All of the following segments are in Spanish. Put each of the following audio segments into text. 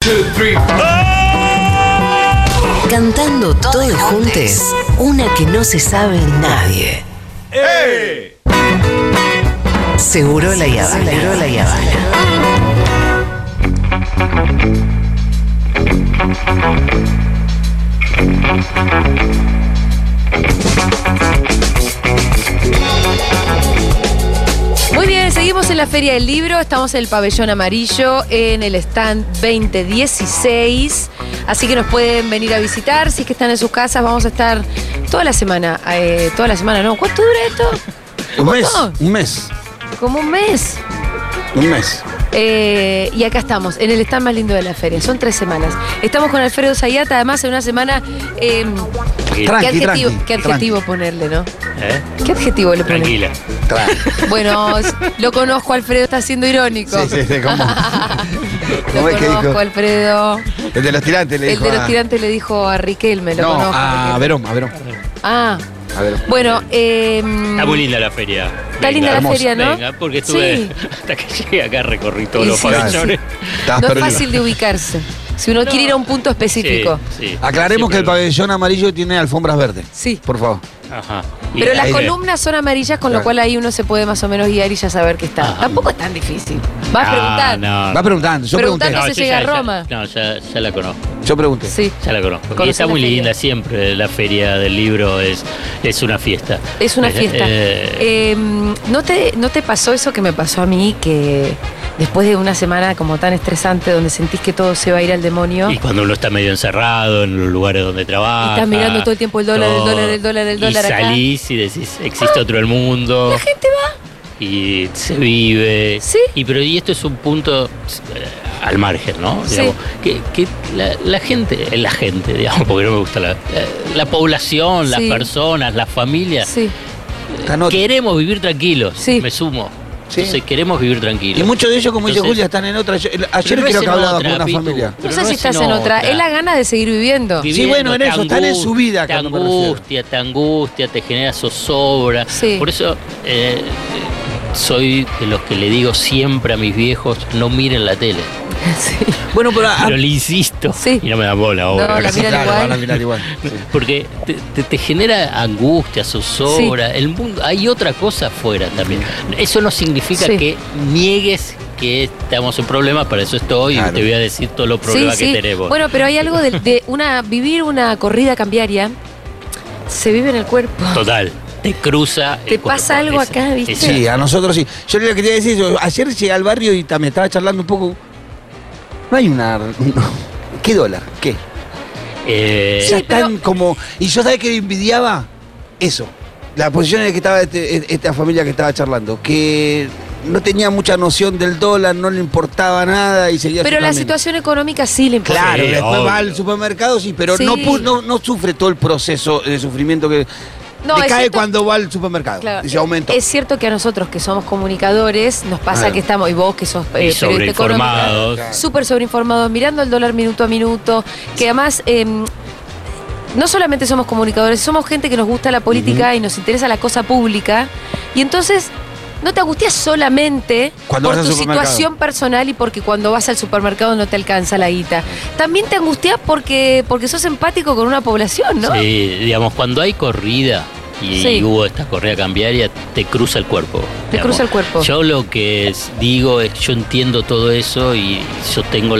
Cantando todos juntos, una que no se sabe nadie. Seguro la Habana. Seguro la Habana. Muy bien, seguimos en la Feria del Libro, estamos en el pabellón amarillo, en el stand 2016, así que nos pueden venir a visitar, si es que están en sus casas, vamos a estar toda la semana, no, ¿cuánto dura esto? Un mes. Como un mes. Y acá estamos, en el stand más lindo de la feria. Son 3 semanas. Estamos con Alfredo Zayata, además en una semana. ¿Qué adjetivo ponerle, no? ¿Qué adjetivo le ponemos? Tranquila. Bueno, lo conozco, Alfredo, está siendo irónico. Sí, ¿cómo? Lo conozco, Alfredo. El de los tirantes le dijo. El de los tirantes le dijo a Riquelme, lo conozco. A Verón. Ah. A ver. Bueno, está muy linda la feria. Está linda la feria, ¿no? Venga, porque estuve hasta que llegué acá, recorrí todos los pabellones. No es fácil de ubicarse. Si uno quiere ir a un punto específico. Sí, aclaremos que el pabellón amarillo tiene alfombras verdes. Sí. Por favor. Ajá. Pero las columnas son amarillas, con lo cual ahí uno se puede más o menos guiar y ya saber que está. Tampoco es tan difícil. Vas a preguntar. No. Va preguntando. Yo pregunté. Preguntando si llega a Roma. Ya la conozco. Yo pregunté. Sí. Ya la conozco. Y está muy linda siempre. La feria del libro es una fiesta. Es una fiesta. ¿No te pasó eso que me pasó a mí? Que después de una semana como tan estresante donde sentís que todo se va a ir al demonio. Y cuando uno está medio encerrado en los lugares donde trabaja. Y estás mirando todo el tiempo el dólar. Y salís acá. Y decís, existe otro el mundo. La gente va. Y se vive. Sí. Y esto es un punto al margen, ¿no? Sí. Digamos, que la gente, digamos, porque no me gusta la población, Sí. las personas, las familias. Sí. Queremos vivir tranquilos. Sí. Me sumo. Sí. Entonces queremos vivir tranquilos. Y muchos de ellos, como dice Julia, están en otra. Ayer creo que hablaba con una familia. No sé si estás en otra. Es la gana de seguir viviendo. Sí, bueno, en eso, están en su vida. Te angustia, te genera zozobra. Sí. Por eso soy de los que le digo siempre a mis viejos, no miren la tele. Sí. Bueno, pero le insisto. Sí. Y no me dan bola ahora. No, la miran igual. Van a mirar igual. Sí. Porque te genera angustia, zozobra. Sí. El mundo, hay otra cosa afuera también. Eso no significa que niegues que estamos en problemas, para eso estoy y te voy a decir todos los problemas que tenemos. Bueno, pero hay algo de vivir una corrida cambiaria, se vive en el cuerpo. Total. Te cruza. Te pasa algo acá, ¿viste? Sí, a nosotros sí. Yo le quería decir, ayer llegué al barrio y me estaba charlando un poco. No hay ¿qué dólar? ¿Qué? Están como. Y yo, ¿sabés qué envidiaba? Eso. La posición en la que estaba esta familia que estaba charlando. Que no tenía mucha noción del dólar, no le importaba nada y seguía. Pero la situación económica sí le importa. Claro, Sí, después obvio. va al supermercado, sí, pero Sí. no sufre todo el proceso de sufrimiento que. No, le es cae cierto, cuando va al supermercado. claro, Dice aumento. es cierto que a nosotros que somos comunicadores nos pasa Claro. que estamos, y vos que sos Y periodista sobreinformados. económico, súper sobreinformados, mirando el dólar minuto a minuto, que además no solamente somos comunicadores, somos gente que nos gusta la política y nos interesa la cosa pública, y entonces no te angustias solamente Cuando por vas tu al supermercado. situación personal y porque cuando vas al supermercado no te alcanza la guita. También te angustias porque sos empático con una población, ¿no? Sí, digamos, cuando hay corrida y hubo esta corrida cambiaria, te cruza el cuerpo. Te cruza el cuerpo. Yo lo que digo es, yo entiendo todo eso y yo tengo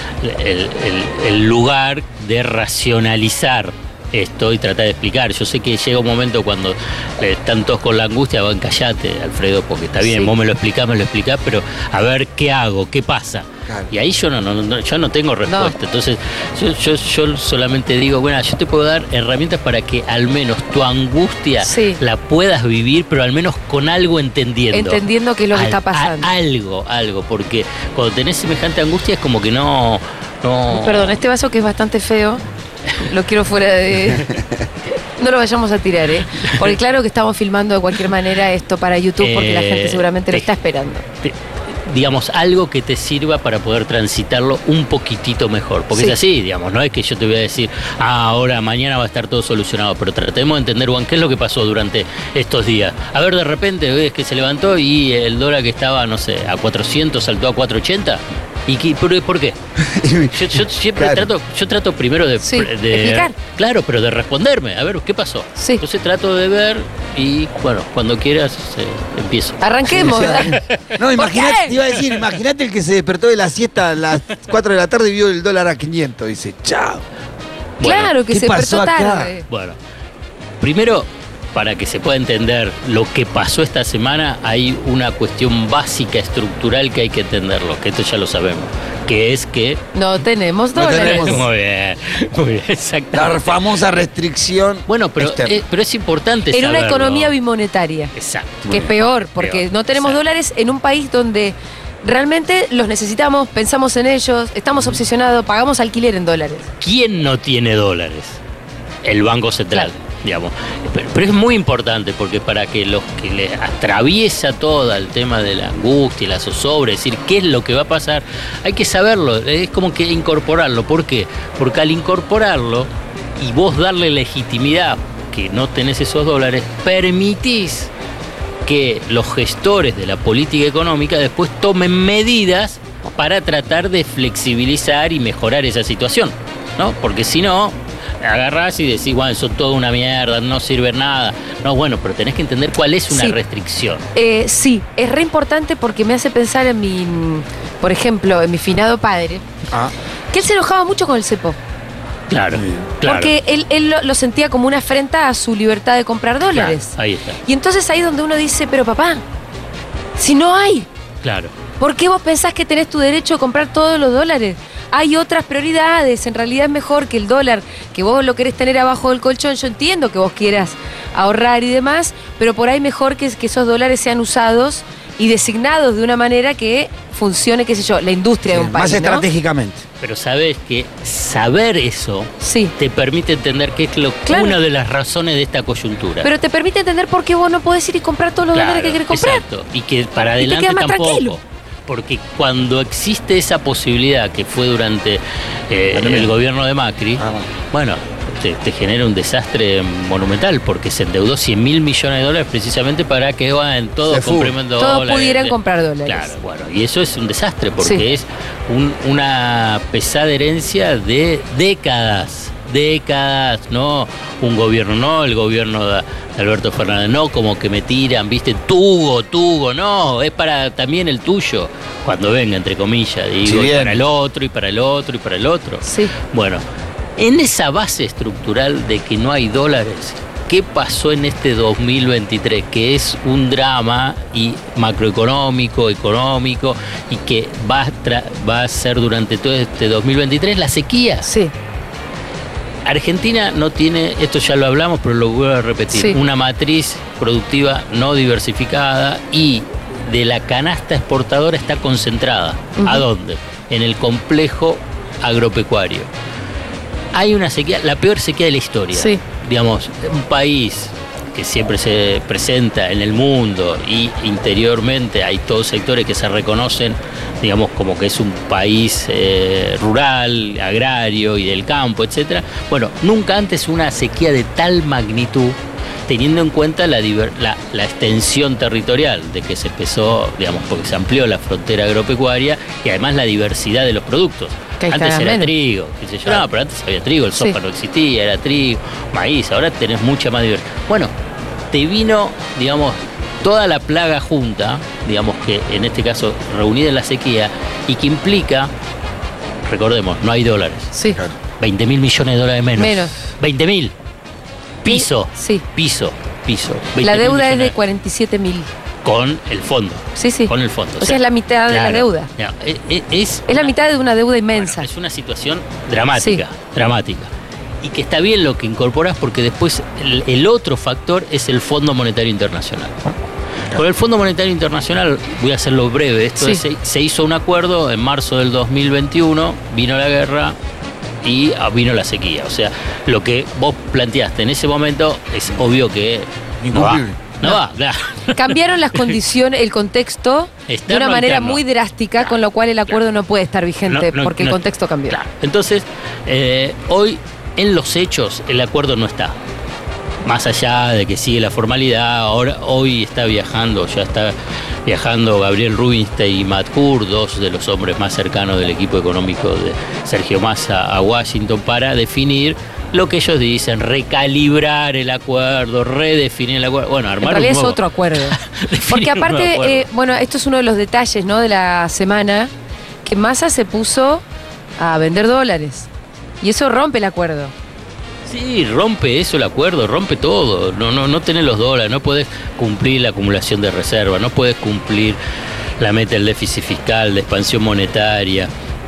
el lugar de racionalizar esto y tratar de explicar. Yo sé que llega un momento cuando están todos con la angustia, van, callate, Alfredo, porque está bien, Sí. vos me lo explicás, pero a ver qué hago, qué pasa. Claro. Y ahí yo no tengo respuesta. Entonces, yo solamente digo, bueno, yo te puedo dar herramientas para que al menos tu angustia la puedas vivir, pero al menos con algo entendiendo. Entendiendo qué es lo que está pasando. Algo, porque cuando tenés semejante angustia es como que no. Perdón, este vaso que es bastante feo, lo quiero fuera de... No lo vayamos a tirar, ¿eh? Porque claro que estamos filmando de cualquier manera esto para YouTube porque la gente seguramente lo está esperando. Digamos, algo que te sirva para poder transitarlo un poquitito mejor. Porque es así, digamos, no es que yo te voy a decir, ahora, mañana va a estar todo solucionado, pero tratemos de entender, Juan, qué es lo que pasó durante estos días. A ver, de repente ves que se levantó y el dólar que estaba, no sé, a 400 saltó a 480. ¿Por qué? Yo siempre trato primero de explicar. Claro, pero de responderme. A ver, ¿qué pasó? Sí. Entonces trato de ver y, bueno, cuando quieras empiezo. Arranquemos. No, imagínate el que se despertó de la siesta a las 4 de la tarde y vio el dólar a 500. Dice, chao. Claro, que ¿qué se pasó despertó acá? tarde. Bueno, primero, para que se pueda entender lo que pasó esta semana, hay una cuestión básica, estructural que hay que entenderlo, que esto ya lo sabemos, que es que... No tenemos No dólares. tenemos. Muy bien, exactamente. La famosa restricción. Bueno, pero es importante En una saberlo. economía bimonetaria. Exacto. Que es peor, porque no tenemos Exacto. dólares en un país donde realmente los necesitamos, pensamos en ellos, estamos obsesionados, pagamos alquiler en dólares. ¿Quién no tiene dólares? El Banco Central, digamos. Pero es muy importante porque para que los que les atraviesa todo el tema de la angustia, la zozobra, es decir, qué es lo que va a pasar, hay que saberlo, es como que incorporarlo. ¿Por qué? Porque al incorporarlo y vos darle legitimidad que no tenés esos dólares, permitís que los gestores de la política económica después tomen medidas para tratar de flexibilizar y mejorar esa situación, ¿no? Porque si no, agarrás y decís, bueno, eso es toda una mierda, no sirve nada. No, bueno, pero tenés que entender cuál es una restricción. Sí, es re importante porque me hace pensar en por ejemplo, en mi finado padre, que él se enojaba mucho con el cepo. Claro. Porque él lo sentía como una afrenta a su libertad de comprar dólares. Claro, ahí está. Y entonces ahí donde uno dice, pero papá, si no hay, Claro. ¿por qué vos pensás que tenés tu derecho a comprar todos los dólares? Hay otras prioridades, en realidad es mejor que el dólar, que vos lo querés tener abajo del colchón. Yo entiendo que vos quieras ahorrar y demás, pero por ahí mejor que esos dólares sean usados y designados de una manera que funcione, qué sé yo, la industria de un país, Más ¿no? estratégicamente. Pero sabes que saber eso Sí. te permite entender que es Claro. una de las razones de esta coyuntura. Pero te permite entender por qué vos no podés ir y comprar todos los dólares que querés comprar. Exacto. Y que para Y te adelante quedas más tampoco. tranquilo. Porque cuando existe esa posibilidad que fue durante el gobierno de Macri, bueno, te genera un desastre monumental porque se endeudó 100.000 millones de dólares precisamente para que todos compren dólares. Todos pudieran comprar dólares. Claro, bueno, y eso es un desastre porque Sí. es una pesada herencia de décadas, no un gobierno, no el gobierno de Alberto Fernández, no como que me tiran, viste, Tugo, no, es para también el tuyo, cuando venga, entre comillas, digo, y para el otro, y para el otro, y para el otro. Sí. Bueno, en esa base estructural de que no hay dólares, ¿qué pasó en este 2023? Que es un drama y macroeconómico, económico, y que va a ser durante todo este 2023 la sequía. Sí. Argentina no tiene, esto ya lo hablamos, pero lo vuelvo a repetir, Sí. una matriz productiva no diversificada y de la canasta exportadora está concentrada. ¿A dónde? En el complejo agropecuario. Hay una sequía, la peor sequía de la historia. Sí. Digamos, un país que siempre se presenta en el mundo y interiormente hay todos sectores que se reconocen, digamos, como que es un país rural, agrario y del campo, etcétera. Bueno, nunca antes una sequía de tal magnitud, teniendo en cuenta la extensión territorial de que se empezó, digamos, porque se amplió la frontera agropecuaria y además la diversidad de los productos. Que ahí Antes está era menos. trigo, qué sé yo, no, pero antes había trigo, el Sí. soja no existía, era trigo, maíz, ahora tenés mucha más diversidad. Bueno, te vino, digamos, toda la plaga junta, digamos que en este caso reunida en la sequía, y que implica, recordemos, no hay dólares, Sí. 20.000 millones de dólares menos. Menos. 20.000. Piso. Sí. Piso. La 20.000 deuda es de millones 47.000. con el fondo. Sí, sí. Con el fondo. O sea, es la mitad de la claro, deuda. claro, es Es la mitad de una deuda inmensa. Bueno, es una situación dramática, dramática. Y que está bien lo que incorporas porque después el otro factor es el Fondo Monetario Internacional. Con el Fondo Monetario Internacional, voy a hacerlo breve, esto Sí. se hizo un acuerdo en marzo del 2021, vino la guerra y vino la sequía. O sea, lo que vos planteaste en ese momento es obvio que no va. Incumplible. No va, claro. Cambiaron las condiciones, el contexto, de Externo, una manera interno. muy drástica, con lo cual el acuerdo no puede estar vigente, porque el no- contexto cambió. Claro. Entonces, hoy en los hechos el acuerdo no está. Más allá de que sigue la formalidad, hoy está viajando, ya está viajando Gabriel Rubinstein y Matt Hur, dos de los hombres más cercanos del equipo económico de Sergio Massa a Washington, para definir lo que ellos dicen, recalibrar el acuerdo, redefinir el acuerdo. Bueno, armar en realidad un nuevo. es otro acuerdo. Porque un nuevo aparte, acuerdo. bueno, esto es uno de los detalles, ¿no?, de la semana, que Massa se puso a vender dólares. Y eso rompe el acuerdo. Sí, rompe eso el acuerdo, rompe todo. No tenés los dólares, no podés cumplir la acumulación de reservas, no podés cumplir la meta del déficit fiscal, de expansión monetaria,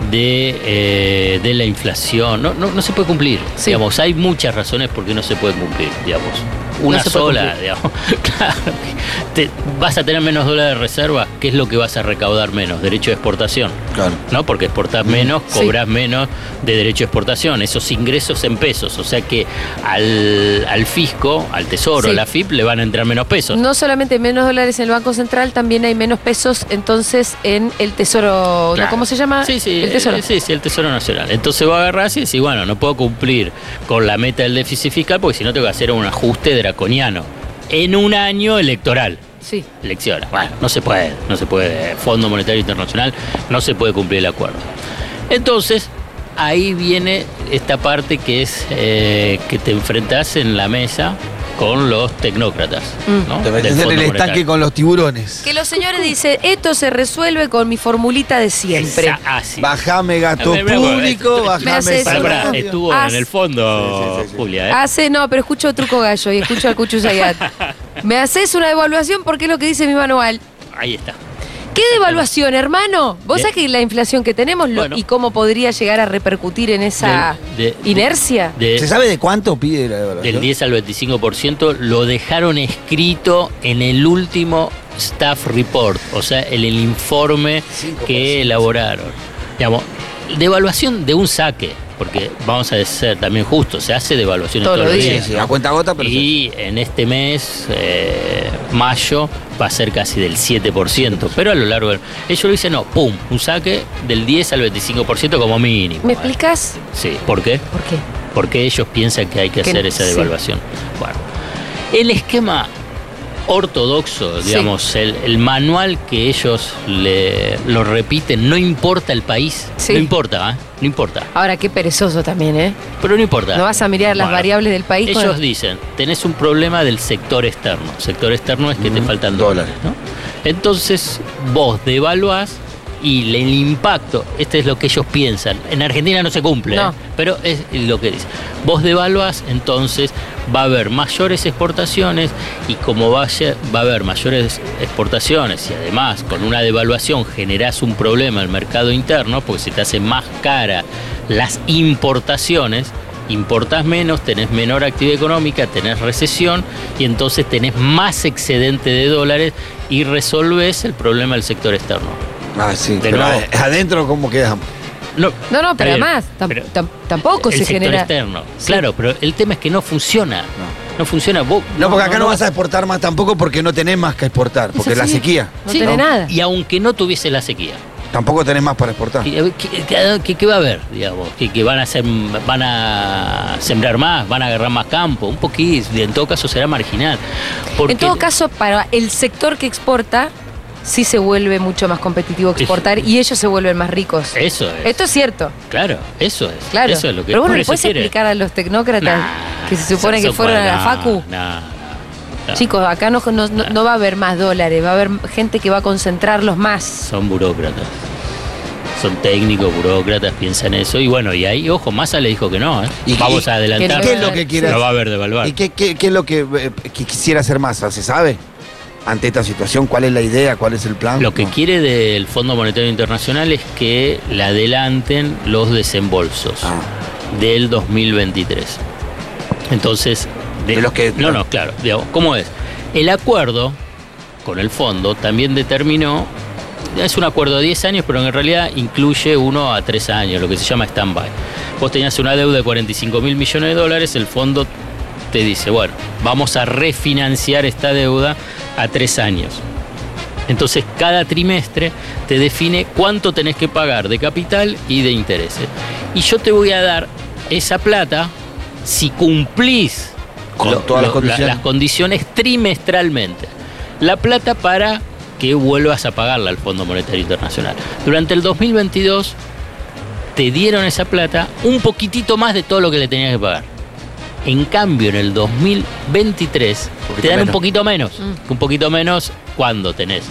de la inflación. No se puede cumplir. Sí. Digamos, hay muchas razones por qué no se puede cumplir, digamos. Una No se puede sola, digamos. Claro. Vas a tener menos dólares de reserva, ¿qué es lo que vas a recaudar menos? Derecho de exportación. Claro. ¿No? Porque exportás menos, Sí. cobrás menos de derecho de exportación, esos ingresos en pesos, o sea que al fisco, al tesoro, Sí. a la FIP le van a entrar menos pesos. No solamente menos dólares en el Banco Central, también hay menos pesos entonces en el Tesoro, Claro. ¿no? ¿Cómo se llama? Sí, El Tesoro. sí, el Tesoro Nacional. Entonces va a agarrar y decir, bueno, no puedo cumplir con la meta del déficit fiscal porque si no tengo que hacer un ajuste draconiano en un año electoral. Sí. Elecciones. Bueno, no se puede. Fondo Monetario Internacional, no se puede cumplir el acuerdo. Entonces, ahí viene esta parte que es que te enfrentás en la mesa con los tecnócratas. ¿no? Te metes Del en Fondo el Monetario. estanque con los tiburones. Que los señores dicen, esto se resuelve con mi formulita de siempre. Así. Bajame gasto Mira, público, Me bajame haces- Pará, salario. estuvo en el fondo, Sí. Julia. No, pero escucho Truco Gallo y escucho al Cuchu Zayat. Me haces una devaluación porque es lo que dice mi manual. Ahí está. ¿Qué devaluación, hermano? ¿Vos Bien. sabés que la inflación que tenemos Bueno. y cómo podría llegar a repercutir en esa inercia? ¿Se sabe de cuánto pide la devaluación? Del 10 al 25% lo dejaron escrito en el último staff report, o sea, en el informe 5%. que elaboraron. Digamos, devaluación de un saque, porque vamos a ser también justos, se hace devaluación Todos todos los los días. días. Sí, a cuenta gota, pero Y en este mes, mayo, va a ser casi del 7%, pero a lo largo ellos lo dicen, no, pum, un saque del 10 al 25% como mínimo. ¿Me explicas Sí, ¿por qué? por qué? Porque ellos piensan que hay que Que hacer no, esa sí. devaluación. Bueno, el esquema ortodoxo, Sí. digamos, el manual que ellos lo repiten, no importa el país, Sí. no importa, ¿eh? No importa, Ahora, qué perezoso también, ¿eh? pero no importa. No vas a mirar las Bueno, variables del país. Ellos con- dicen, tenés un problema del sector externo. Sector externo es que te faltan dólares, ¿no? Entonces, vos devaluás y el impacto, este es lo que ellos piensan. En Argentina no se cumple, No. pero es lo que dicen. Vos devaluás, entonces va a haber mayores exportaciones y como va a haber mayores exportaciones y además con una devaluación generás un problema en el mercado interno porque se te hace más cara las importaciones. Importás menos, tenés menor actividad económica, tenés recesión y entonces tenés más excedente de dólares y resolvés el problema del sector externo. Ah, sí. De Pero nuevo. adentro, ¿cómo quedamos? No, pero está bien, además, pero tampoco el se sector genera. externo. Sí. Claro, pero el tema es que no funciona. No funciona. Vos, No, porque acá no vas a exportar más tampoco porque no tenés más que exportar, porque Es la así. sequía. No tenés nada. Y aunque no tuviese la sequía, Tampoco tenés más para exportar. ¿qué va a haber? Digamos, que van a sembrar más, van a agarrar más campo, un poquito, en todo caso será marginal. Porque En todo caso, para el sector que exporta, sí se vuelve mucho más competitivo exportar y ellos se vuelven más ricos. eso es. Esto es cierto, Claro, eso es. claro. Eso es lo que Pero bueno, por ¿le eso puedes quiere. explicar a los tecnócratas Nah, que se supone que son fueron a la cuadrados, facu? no. Chicos, acá no va a haber más dólares, va a haber gente que va a concentrarlos más. Son burócratas. Son técnicos, burócratas, piensan eso. Y bueno, y ahí, ojo, Massa le dijo que no, ¿eh? ¿Y Vamos qué- a adelantar. ¿Qué es lo que quiere No hacer? va a haber devaluar. ¿Y qué es lo que quisiera hacer Massa? ¿Se sabe? Ante esta situación, ¿cuál es la idea? ¿Cuál es el plan? Lo que No. quiere del Fondo Monetario Internacional es que le adelanten los desembolsos Ah. del 2023. Entonces, De los que- No, claro. Digamos, ¿cómo es? El acuerdo con el fondo también determinó, es un acuerdo de 10 años, pero en realidad incluye 1 a 3 años, lo que se llama stand-by. Vos tenías una deuda de 45.000 millones de dólares, el fondo te dice, bueno, vamos a refinanciar esta deuda a 3 años. Entonces, cada trimestre te define cuánto tenés que pagar de capital y de intereses. Y yo te voy a dar esa plata si cumplís Con todas las condiciones. las condiciones trimestralmente. La plata para que vuelvas a pagarla al Fondo Monetario Internacional. Durante el 2022 te dieron esa plata, un poquitito más de todo lo que le tenías que pagar. En cambio, en el 2023 te dan un poquito menos. Un poquito menos cuando tenés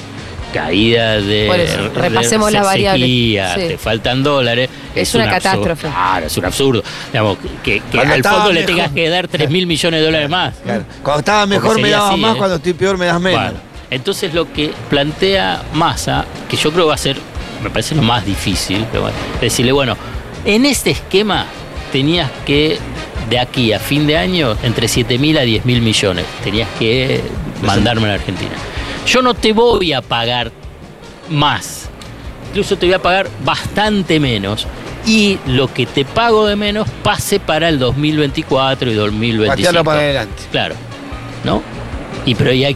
caída de, por eso, repasemos las variables. Sequía, Sí. te faltan dólares. Es una catástrofe. Claro, es un absurdo. Digamos, que al fondo le tengas que dar 3.000 millones de dólares más. Claro. Cuando estaba mejor Porque me sería dabas así, más, ¿eh? cuando estoy peor me das menos. Bueno, entonces lo que plantea Massa, que yo creo va a ser, me parece lo más difícil, pero bueno, decirle, bueno, en este esquema tenías que, de aquí a fin de año, entre 7.000 a 10.000 millones, tenías que mandarme a la Argentina. Yo no te voy a pagar más, incluso te voy a pagar bastante menos, y lo que te pago de menos pase para el 2024 y 2025. Patearlo para adelante. Claro, ¿no? Pero ¿y ahí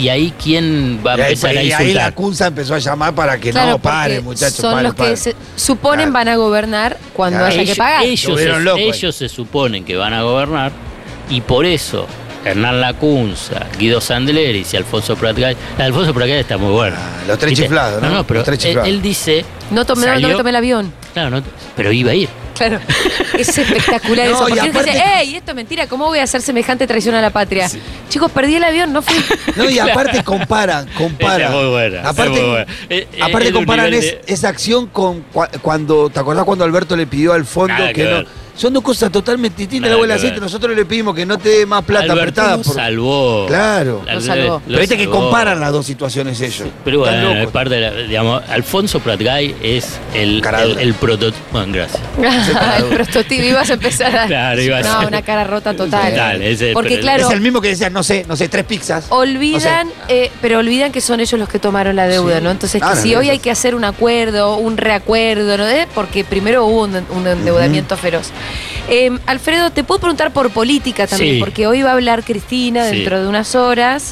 quién va a empezar a Y insultar? ahí la CUNSA empezó a llamar para que Claro, no pare, porque muchachos. son pare, los pare. que se suponen Claro. van a gobernar cuando Claro. haya que pagar. Lo vieron loco ahí. Ellos se suponen que van a gobernar, y por eso Hernán Lacunza, Guido Sandleris y Alfonso Pratgay. Alfonso Pratgay está muy bueno. Los tres ¿Viste? chiflados, ¿no? No, pero Los tres chiflados. él dice... No salió- me tomé el avión. Claro, pero iba a ir. Claro. Es espectacular No, eso. y Porque él aparte- dice, ¡ey! Esto es mentira. ¿Cómo voy a hacer semejante traición a la patria? Chicos, perdí el avión, no fui. No, y aparte compara. Esa es muy buena, Aparte, esa es muy buena. aparte Es un comparan nivel de- esa acción con cuando, ¿te acordás cuando Alberto le pidió al fondo Nada que que no? ver. Son dos cosas totalmente distintas. Nada La abuela que aceite, ver. nosotros le pedimos que no te dé más plata Alberto apretada. lo salvó. Claro. Lo salvó. Pero viste que salvó. comparan las dos situaciones ellos. Pero Están bueno, es locos. parte de la, digamos, Alfonso Pratgay es el prototipo. Bueno, gracias. El prototipo. Ibas a empezar a... Claro, iba a No, ser. una cara rota total. Total, ese- Porque pero- claro, Es el mismo que decía, no sé, 3 pizzas. olvidan, pero olvidan que son ellos los que tomaron la deuda, Sí. ¿no? Entonces, Ah, que las si hoy deudas. hay que hacer un acuerdo, un reacuerdo, ¿no? Porque primero hubo un endeudamiento feroz. Alfredo, te puedo preguntar por política también, Sí. porque hoy va a hablar Cristina Sí. dentro de unas horas,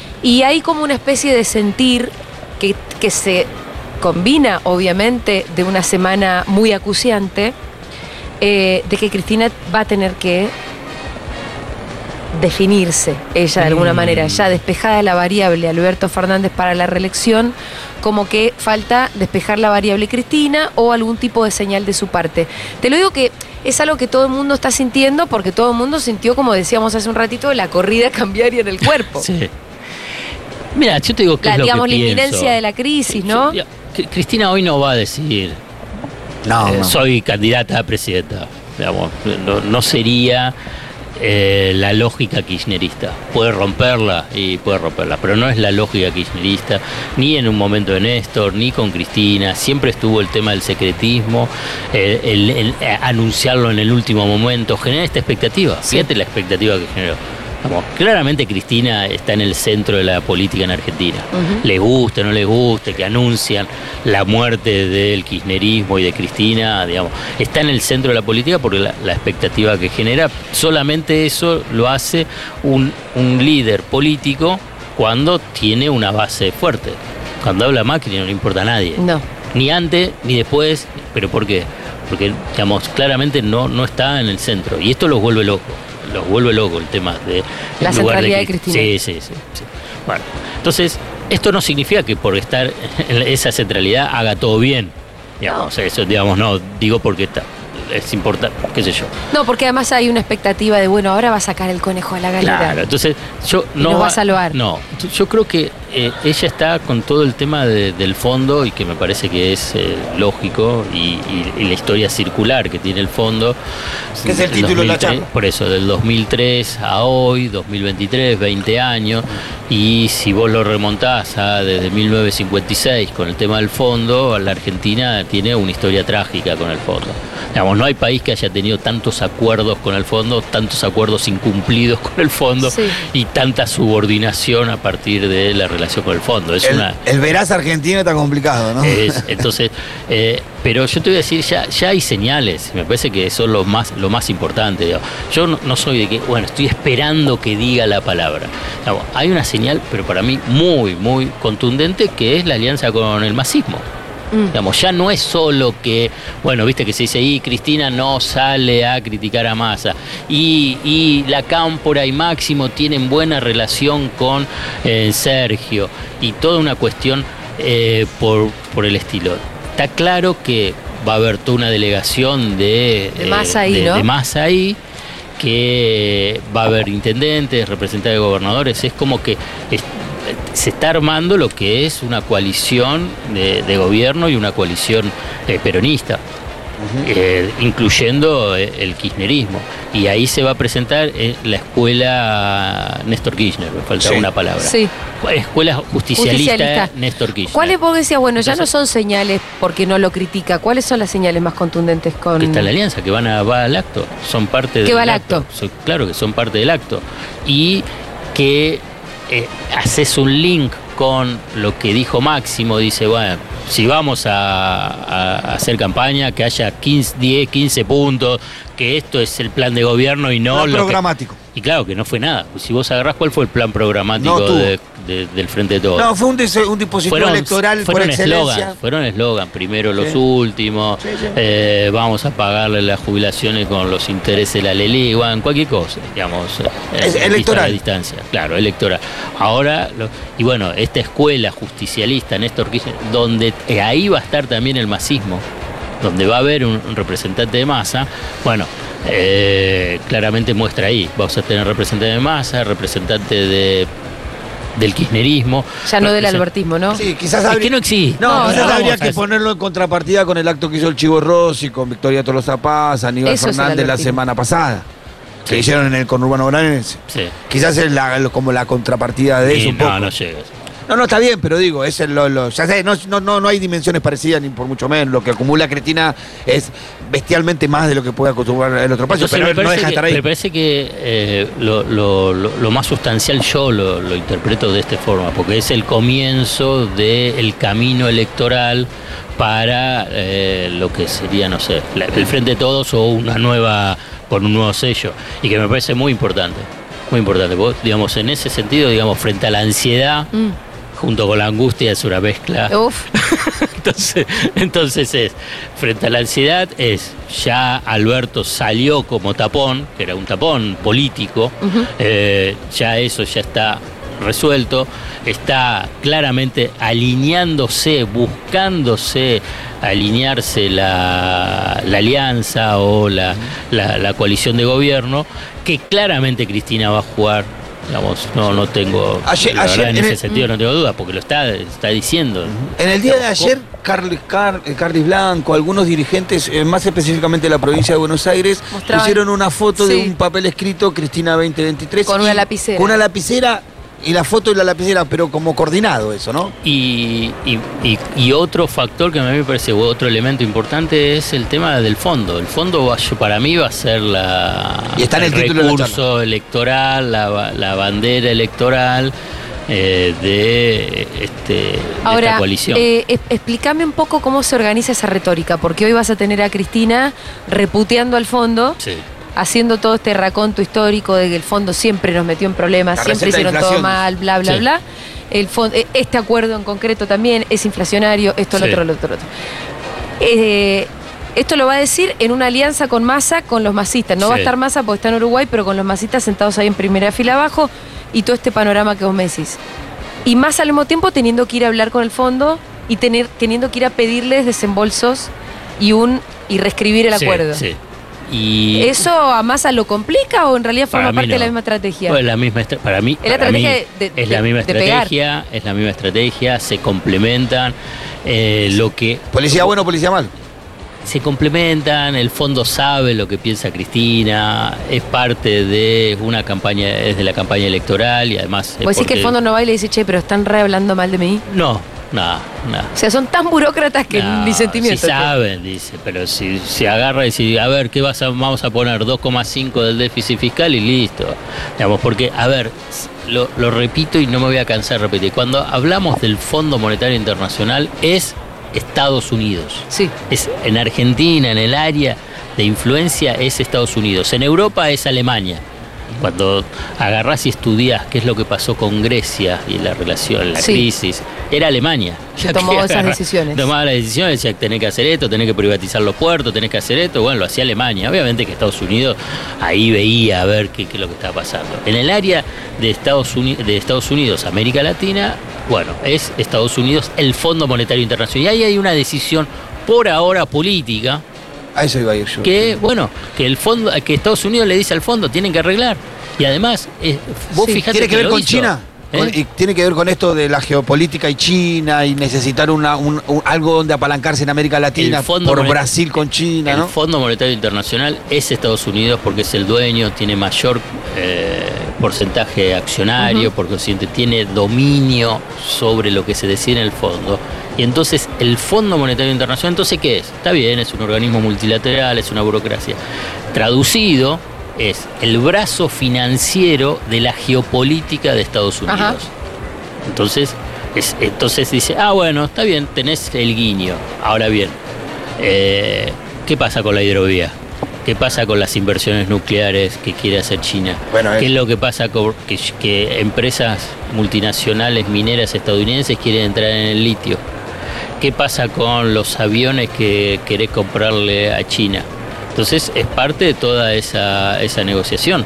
y hay como una especie de sentir que se combina, obviamente, de una semana muy acuciante, de que Cristina va a tener que definirse ella de alguna manera, ya despejada la variable Alberto Fernández para la reelección, como que falta despejar la variable Cristina o algún tipo de señal de su parte. Te lo digo que es algo que todo el mundo está sintiendo, porque todo el mundo sintió, como decíamos hace un ratito, la corrida cambiaria en el cuerpo. Sí. Mira, yo te digo que La, es lo digamos, que la pienso. inminencia de la crisis, ¿no? Cristina hoy no va a decir No. soy candidata a presidenta. Digamos, no sería la lógica kirchnerista. Puede romperla, pero no es la lógica kirchnerista, ni en un momento de Néstor, ni con Cristina. Siempre estuvo el tema del secretismo, el anunciarlo en el último momento, genera esta expectativa. Fíjate la expectativa que generó. Vamos, claramente Cristina está en el centro de la política en Argentina. Les guste o no les guste, que anuncian la muerte del kirchnerismo y de Cristina, digamos, está en el centro de la política porque la expectativa que genera, solamente eso lo hace un líder político cuando tiene una base fuerte. Cuando habla Macri no le importa a nadie. No. Ni antes, ni después. ¿Pero por qué? Porque, digamos, claramente no está en el centro. Y esto los vuelve locos. Los vuelve loco el tema de... La en lugar centralidad de que- Cristina. Sí. Bueno, entonces, esto no significa que por estar en esa centralidad haga todo bien. Digamos, eso, digamos, no, digo porque es importante, qué sé yo. No, porque además hay una expectativa de, bueno, ahora va a sacar el conejo a la galera. Claro, entonces yo Y nos va a salvar. No, yo creo que ella está con todo el tema del fondo y que me parece que es lógico y la historia circular que tiene el fondo. Que es el Del título de la 2003, charla. por eso, del 2003 a hoy, 2023, 20 años, y si vos lo remontás desde 1956 con el tema del fondo, la Argentina tiene una historia trágica con el fondo. Digamos, no hay país que haya tenido tantos acuerdos con el fondo, tantos acuerdos incumplidos con el fondo Sí. y tanta subordinación a partir de la relación con el fondo. Es una... El veraz argentino está complicado, ¿no? Entonces, pero yo te voy a decir, ya hay señales, me parece que son lo más importante. Digamos. Yo no soy de que, bueno, estoy esperando que diga la palabra. Digamos, hay una señal, pero para mí muy, muy contundente, que es la alianza con el masismo. Digamos, ya no es solo que, bueno, viste que se dice, y Cristina no sale a criticar a Massa, y la Cámpora y Máximo tienen buena relación con Sergio, y toda una cuestión por el estilo. Está claro que va a haber toda una delegación de Massa ahí, ¿no? De Massa ahí, que va a haber intendentes, representantes de gobernadores. Es como que se está armando lo que es una coalición de gobierno y una coalición peronista, incluyendo el kirchnerismo. Y ahí se va a presentar la escuela Néstor Kirchner, me falta una palabra. Sí. Escuela justicialista Néstor Kirchner. ¿Cuáles vos decías, bueno, ya no son señales porque no lo critica? ¿Cuáles son las señales más contundentes con...? Que está la alianza, que va al acto. Son parte del va al acto. Claro que son parte del acto. Y que haces un link con lo que dijo Máximo, dice, bueno, si vamos a hacer campaña, que haya 10, 15 puntos, que esto es el plan de gobierno y no lo programático. Y claro, que no fue nada. Si vos agarrás, ¿cuál fue el plan programático del Frente de Todos? No, fue un dispositivo electoral por excelencia. Fueron eslogan, primero los últimos, vamos a pagarle las jubilaciones con los intereses de la Lelí, bueno, cualquier cosa, digamos. Es electoral. A distancia, claro, electoral. Ahora, y bueno, esta escuela justicialista, Néstor Kirchner, donde ahí va a estar también el masismo, donde va a haber un representante de Massa, bueno, claramente muestra ahí. Vamos a tener representante de Massa, representante del kirchnerismo. Ya no del albertismo, ¿no? Sí, quizás es que no existe. Quizás habría que ponerlo en contrapartida con el acto que hizo el Chivo Rossi, con Victoria Tolosa Paz, Aníbal Fernández la semana pasada. Que hicieron en el conurbano bonaerense. Sí. Quizás es como la contrapartida de eso un poco. No llega. No, está bien, pero digo, es ya sé, no hay dimensiones parecidas ni por mucho menos. Lo que acumula Cristina es bestialmente más de lo que puede acostumbrar el otro país, pero no deja de estar ahí. Me parece que lo más sustancial yo lo interpreto de esta forma, porque es el comienzo del camino electoral para lo que sería, no sé, el Frente de Todos o con un nuevo sello, y que me parece muy importante. Muy importante, porque, digamos, en ese sentido, digamos, frente a la ansiedad, junto con la angustia es una mezcla. Entonces frente a la ansiedad ya Alberto salió como tapón, que era un tapón político, ya eso ya está resuelto, está claramente buscándose alinearse la alianza o la coalición de gobierno, que claramente Cristina va a jugar. Digamos, no tengo, en ese sentido no tengo duda, porque lo está diciendo. En el día de ayer, Carlos Blanco, algunos dirigentes, más específicamente de la provincia de Buenos Aires, pusieron una foto de un papel escrito Cristina 2023. Con una lapicera. Con una lapicera. Y la foto y la lapicera, pero como coordinado eso, ¿no? Y otro factor que a mí me parece, otro elemento importante, es el tema del fondo. El fondo para mí va a ser y está en el recurso electoral, la bandera electoral de esta coalición. Explícame un poco cómo se organiza esa retórica, porque hoy vas a tener a Cristina reputeando al fondo. Sí. Haciendo todo este raconto histórico de que el fondo siempre nos metió en problemas, siempre hicieron todo mal, bla, bla, bla. El fondo, este acuerdo en concreto también es inflacionario, esto, lo otro. Esto lo va a decir en una alianza con Massa, con los masistas. No va a estar Massa porque está en Uruguay, pero con los masistas sentados ahí en primera fila abajo y todo este panorama que vos me decís. Y Massa al mismo tiempo teniendo que ir a hablar con el fondo y teniendo que ir a pedirles desembolsos y reescribir el acuerdo. Sí. Y ¿eso a Massa lo complica o en realidad forma parte de la misma estrategia? Pues para mí es la misma estrategia, se complementan. Policía bueno, policía mal. Se complementan, el fondo sabe lo que piensa Cristina, es parte de una campaña, es de la campaña electoral y además... ¿Vos decís que el fondo no va y le dice, che, pero están re hablando mal de mí? No. Nada. O sea, son tan burócratas que ni sentimiento. Sí saben, dice, pero si se agarra y dice, a ver, ¿qué vamos a poner? 2,5 del déficit fiscal y listo. Digamos, porque, a ver, lo repito y no me voy a cansar de repetir, cuando hablamos del Fondo Monetario Internacional es Estados Unidos. Sí. Es en Argentina, en el área de influencia es Estados Unidos. En Europa es Alemania. cuando agarrás y estudiás qué es lo que pasó con Grecia y la relación, la crisis, era Alemania. Que tomó esas decisiones. Tomaba las decisiones, decía, tenés que hacer esto, tenés que privatizar los puertos, tenés que hacer esto. Bueno, lo hacía Alemania. Obviamente que Estados Unidos ahí veía a ver qué es lo que estaba pasando. En el área de Estados Unidos, América Latina, bueno, es Estados Unidos el Fondo Monetario Internacional. Y ahí hay una decisión por ahora política. A eso iba a ir yo. Que, bueno, que Estados Unidos le dice al fondo, tienen que arreglar. Y además, vos fijate. ¿Tiene que ver con China? ¿Eh? Y tiene que ver con esto de la geopolítica y China y necesitar algo donde apalancarse en América Latina por Brasil con China, ¿no? El Fondo Monetario Internacional es Estados Unidos porque es el dueño, tiene mayor porcentaje accionario, por consiguiente tiene dominio sobre lo que se decide en el fondo. Y entonces el Fondo Monetario Internacional, ¿entonces qué es? Está bien, es un organismo multilateral, es una burocracia. Traducido, es el brazo financiero de la geopolítica de Estados Unidos. Ajá. Entonces dice, bueno, está bien, tenés el guiño. Ahora bien, ¿qué pasa con la hidrovía? ¿Qué pasa con las inversiones nucleares que quiere hacer China? Bueno, ¿qué es lo que pasa con que empresas multinacionales mineras estadounidenses quieren entrar en el litio? ¿Qué pasa con los aviones que querés comprarle a China? Entonces es parte de toda esa negociación.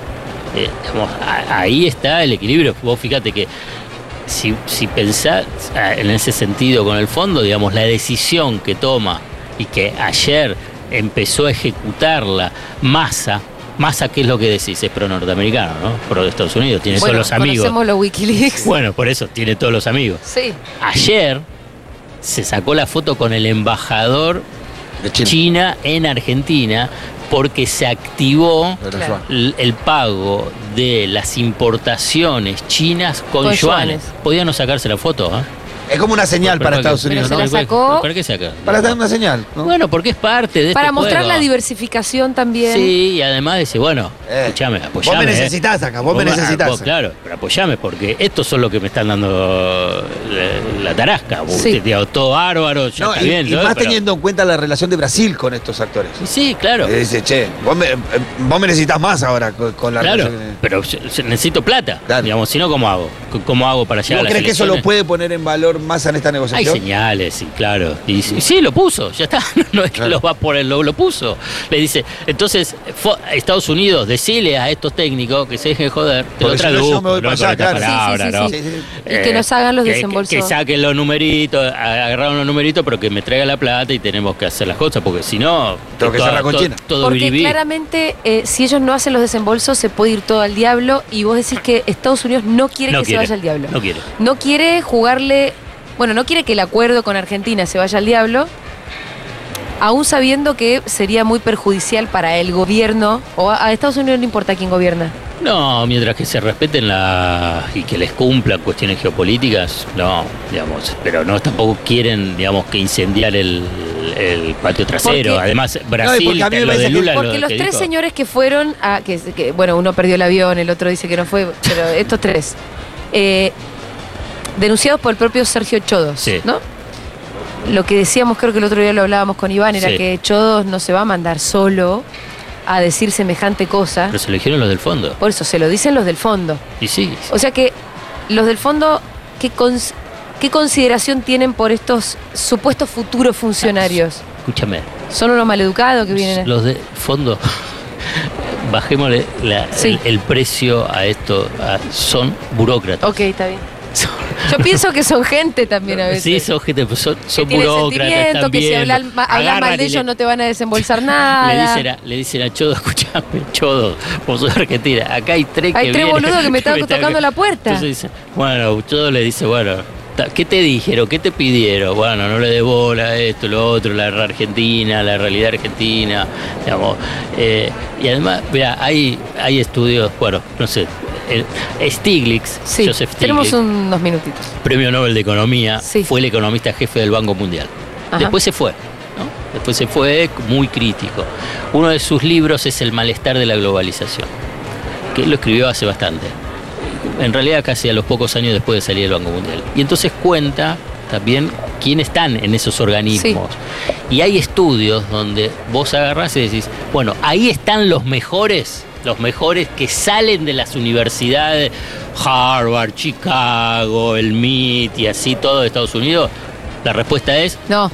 Ahí está el equilibrio. Vos fíjate que si pensás en ese sentido con el fondo, digamos, la decisión que toma y que ayer empezó a ejecutarla Massa, ¿qué es lo que decís? Es pro norteamericano, ¿no? Pro de Estados Unidos, tiene todos los amigos. Conocemos los Wikileaks. Bueno, por eso, tiene todos los amigos. Sí. Ayer se sacó la foto con el embajador de China en Argentina porque se activó el pago de las importaciones chinas con yuanes. Podían no sacarse la foto, ¿eh? Es como una señal para Estados Unidos, ¿no? Se la sacó. ¿Para qué saca? Para dar una señal, ¿no? Bueno, porque es parte de para este mostrar juego. La diversificación también. Sí, y además dice, bueno, escuchame, apoyame. Vos me necesitás acá, vos me necesitás. Claro, pero apoyame porque estos son los que me están dando la tarasca. Sí. Todo bárbaro, ya está bien. Y más teniendo en cuenta la relación de Brasil con estos actores. Sí, claro. Dice, che, vos me necesitas más ahora con la relación. Pero necesito plata. Claro. Digamos, si no, ¿cómo hago? ¿Cómo hago para llegar a las elecciones? ¿Crees que eso lo puede poner en valor más en esta negociación? Hay señales, sí, claro. Y sí, lo puso, ya está. No es que lo va a poner, lo puso. Le dice, entonces, Estados Unidos, decile a estos técnicos que se dejen joder. Te lo traduzco, no con esta palabra, ¿no? Sí. Y que nos hagan los desembolsos. Que saquen los numeritos, agarraron los numeritos, pero que me traigan la plata y tenemos que hacer las cosas, porque si no, tengo que cerrar con China. Porque claramente, si ellos no hacen los desembolsos, se puede ir todo al diablo. Y vos decís que Estados Unidos no quiere que se vaya al diablo. No quiere. No quiere jugarle. Bueno, no quiere que el acuerdo con Argentina se vaya al diablo, aún sabiendo que sería muy perjudicial para el gobierno, o a Estados Unidos no importa quién gobierna. No, mientras que se respeten y que les cumplan cuestiones geopolíticas, no, digamos, pero no tampoco quieren, digamos, que incendiar el patio trasero. Además, Brasil, lo de Lula, porque los tres señores que fueron, bueno, uno perdió el avión, el otro dice que no fue, pero estos tres, denunciados por el propio Sergio Chodos, ¿no? Lo que decíamos, creo que el otro día lo hablábamos con Iván, era que Chodos no se va a mandar solo a decir semejante cosa. Pero se lo dijeron los del fondo. Por eso, se lo dicen los del fondo. Y sí. O sea que los del fondo, ¿qué consideración tienen por estos supuestos futuros funcionarios? Escúchame. ¿Son unos maleducados que vienen? Los de fondo, bajémosle el precio a esto. Son burócratas. Ok, está bien. Yo pienso que son gente también a veces. Sí, son gente, pues son burócratas también. Que si hablar mal de ellos no te van a desembolsar nada. Le dicen a Chodo, escuchame, Chodo, vos sos argentina, acá hay tres boludos que me están tocando la puerta. Entonces dice, bueno, Chodo le dice, bueno, ¿qué te dijeron? ¿Qué te pidieron? Bueno, no le dé bola esto, lo otro, la Argentina, la realidad argentina, digamos. Y además, mira, hay estudios, bueno, no sé, Stiglitz, Joseph Stiglitz, tenemos unos minutitos. Premio Nobel de Economía, fue el economista jefe del Banco Mundial. Ajá. Después se fue, ¿no? Después se fue muy crítico. Uno de sus libros es El malestar de la globalización, que él lo escribió hace bastante. En realidad casi a los pocos años después de salir del Banco Mundial. Y entonces cuenta también quiénes están en esos organismos. Y hay estudios donde vos agarrás y decís, bueno, ahí están los mejores que salen de las universidades, Harvard, Chicago, el MIT y así todo de Estados Unidos. La respuesta es no.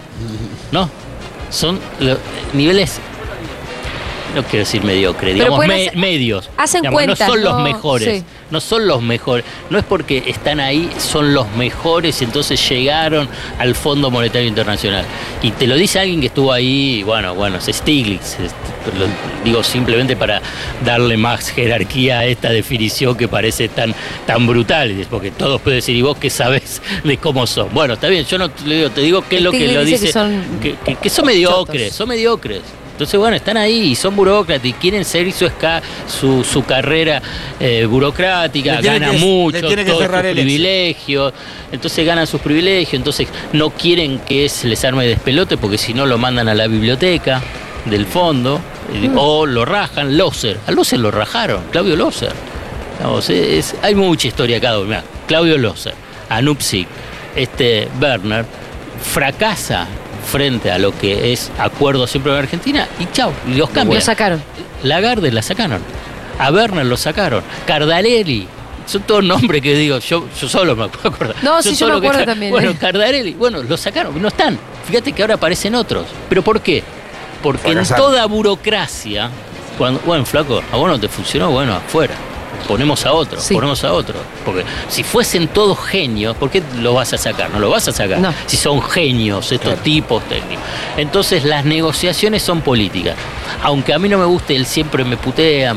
Son niveles, no quiero decir mediocre, digamos medios. Hacen digamos, cuentas, no son los mejores. Sí. No son los mejores, no es porque están ahí, son los mejores y entonces llegaron al Fondo Monetario Internacional. Y te lo dice alguien que estuvo ahí, bueno, es Stiglitz, lo digo simplemente para darle más jerarquía a esta definición que parece tan brutal, porque todos pueden decir, ¿y vos qué sabés de cómo son? Bueno, está bien, yo no te digo qué es lo que lo dice, que son mediocres, Entonces, bueno, están ahí y son burócratas y quieren seguir su carrera burocrática, ganan mucho, todos sus privilegios, entonces ganan sus privilegios, entonces no quieren que se les arme despelote porque si no lo mandan a la biblioteca del fondo o lo rajan. A Loser lo rajaron, Claudio Loser. Vamos, hay mucha historia acá. Mirá, Claudio Loser, Anup Sik, Werner, fracasa frente a lo que es acuerdo siempre en Argentina y chau, los cambian. Lo sacaron. Lagarde la sacaron. A Werner lo sacaron. Cardarelli. Son todos nombres que digo, yo solo me puedo acordar. No, sí, yo me acuerdo también. Bueno, Cardarelli, lo sacaron, no están. Fíjate que ahora aparecen otros. ¿Pero por qué? Porque en toda burocracia, flaco, a vos no te funcionó, afuera. Ponemos a otro. Porque si fuesen todos genios, ¿por qué lo vas a sacar? No lo vas a sacar. No. Si son genios estos tipos técnicos. Entonces las negociaciones son políticas. Aunque a mí no me guste, él siempre me putea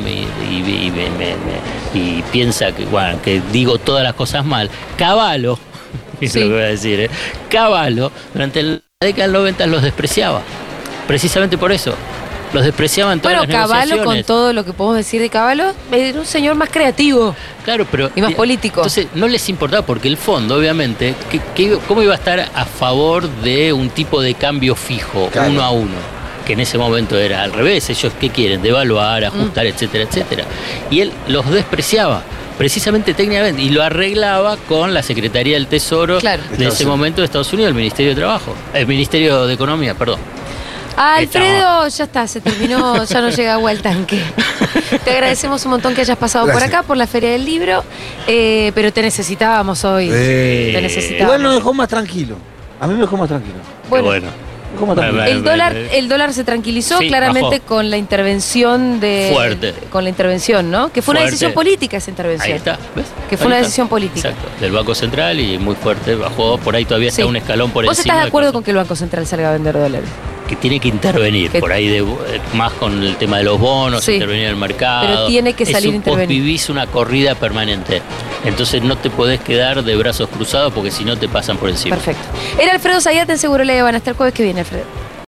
y piensa que digo todas las cosas mal. Cavallo, es lo que voy a decir, Cavallo, durante la década del 90 los despreciaba. Precisamente por eso. Los despreciaban todas las negociaciones. Cavallo, con todo lo que podemos decir de Cavallo, era un señor más creativo. Claro, pero y más político. Entonces no les importaba porque el fondo, obviamente, ¿cómo iba a estar a favor de un tipo de cambio fijo, uno a uno? Que en ese momento era al revés. Ellos, ¿qué quieren? Devaluar, ajustar, etcétera, etcétera. Y él los despreciaba. Precisamente técnicamente, y lo arreglaba con la Secretaría del Tesoro de ese momento de Estados Unidos, el Ministerio de Trabajo, el Ministerio de Economía, perdón. Alfredo, ya está, se terminó, ya no llega agua al tanque. Te agradecemos un montón que hayas pasado por acá, por la Feria del Libro, pero te necesitábamos hoy. Te necesitábamos. Igual nos dejó más tranquilo. A mí me dejó más tranquilo. Bueno. El dólar se tranquilizó claramente bajó. Con la intervención fuerte. Con la intervención, ¿no? Que fue una decisión política esa intervención. Ahí está, ¿ves? Que fue una decisión política. Exacto, del Banco Central y muy fuerte, bajó, por ahí todavía está un escalón por encima. ¿Vos estás de acuerdo con que el Banco Central salga a vender dólares? Que tiene que intervenir, por ahí más con el tema de los bonos, intervenir en el mercado. Pero tiene que salir a intervenir. Vos vivís una corrida permanente, entonces no te podés quedar de brazos cruzados porque si no te pasan por encima. Perfecto. Era Alfredo Zayat en Segurola y van hasta el jueves que viene, Alfredo.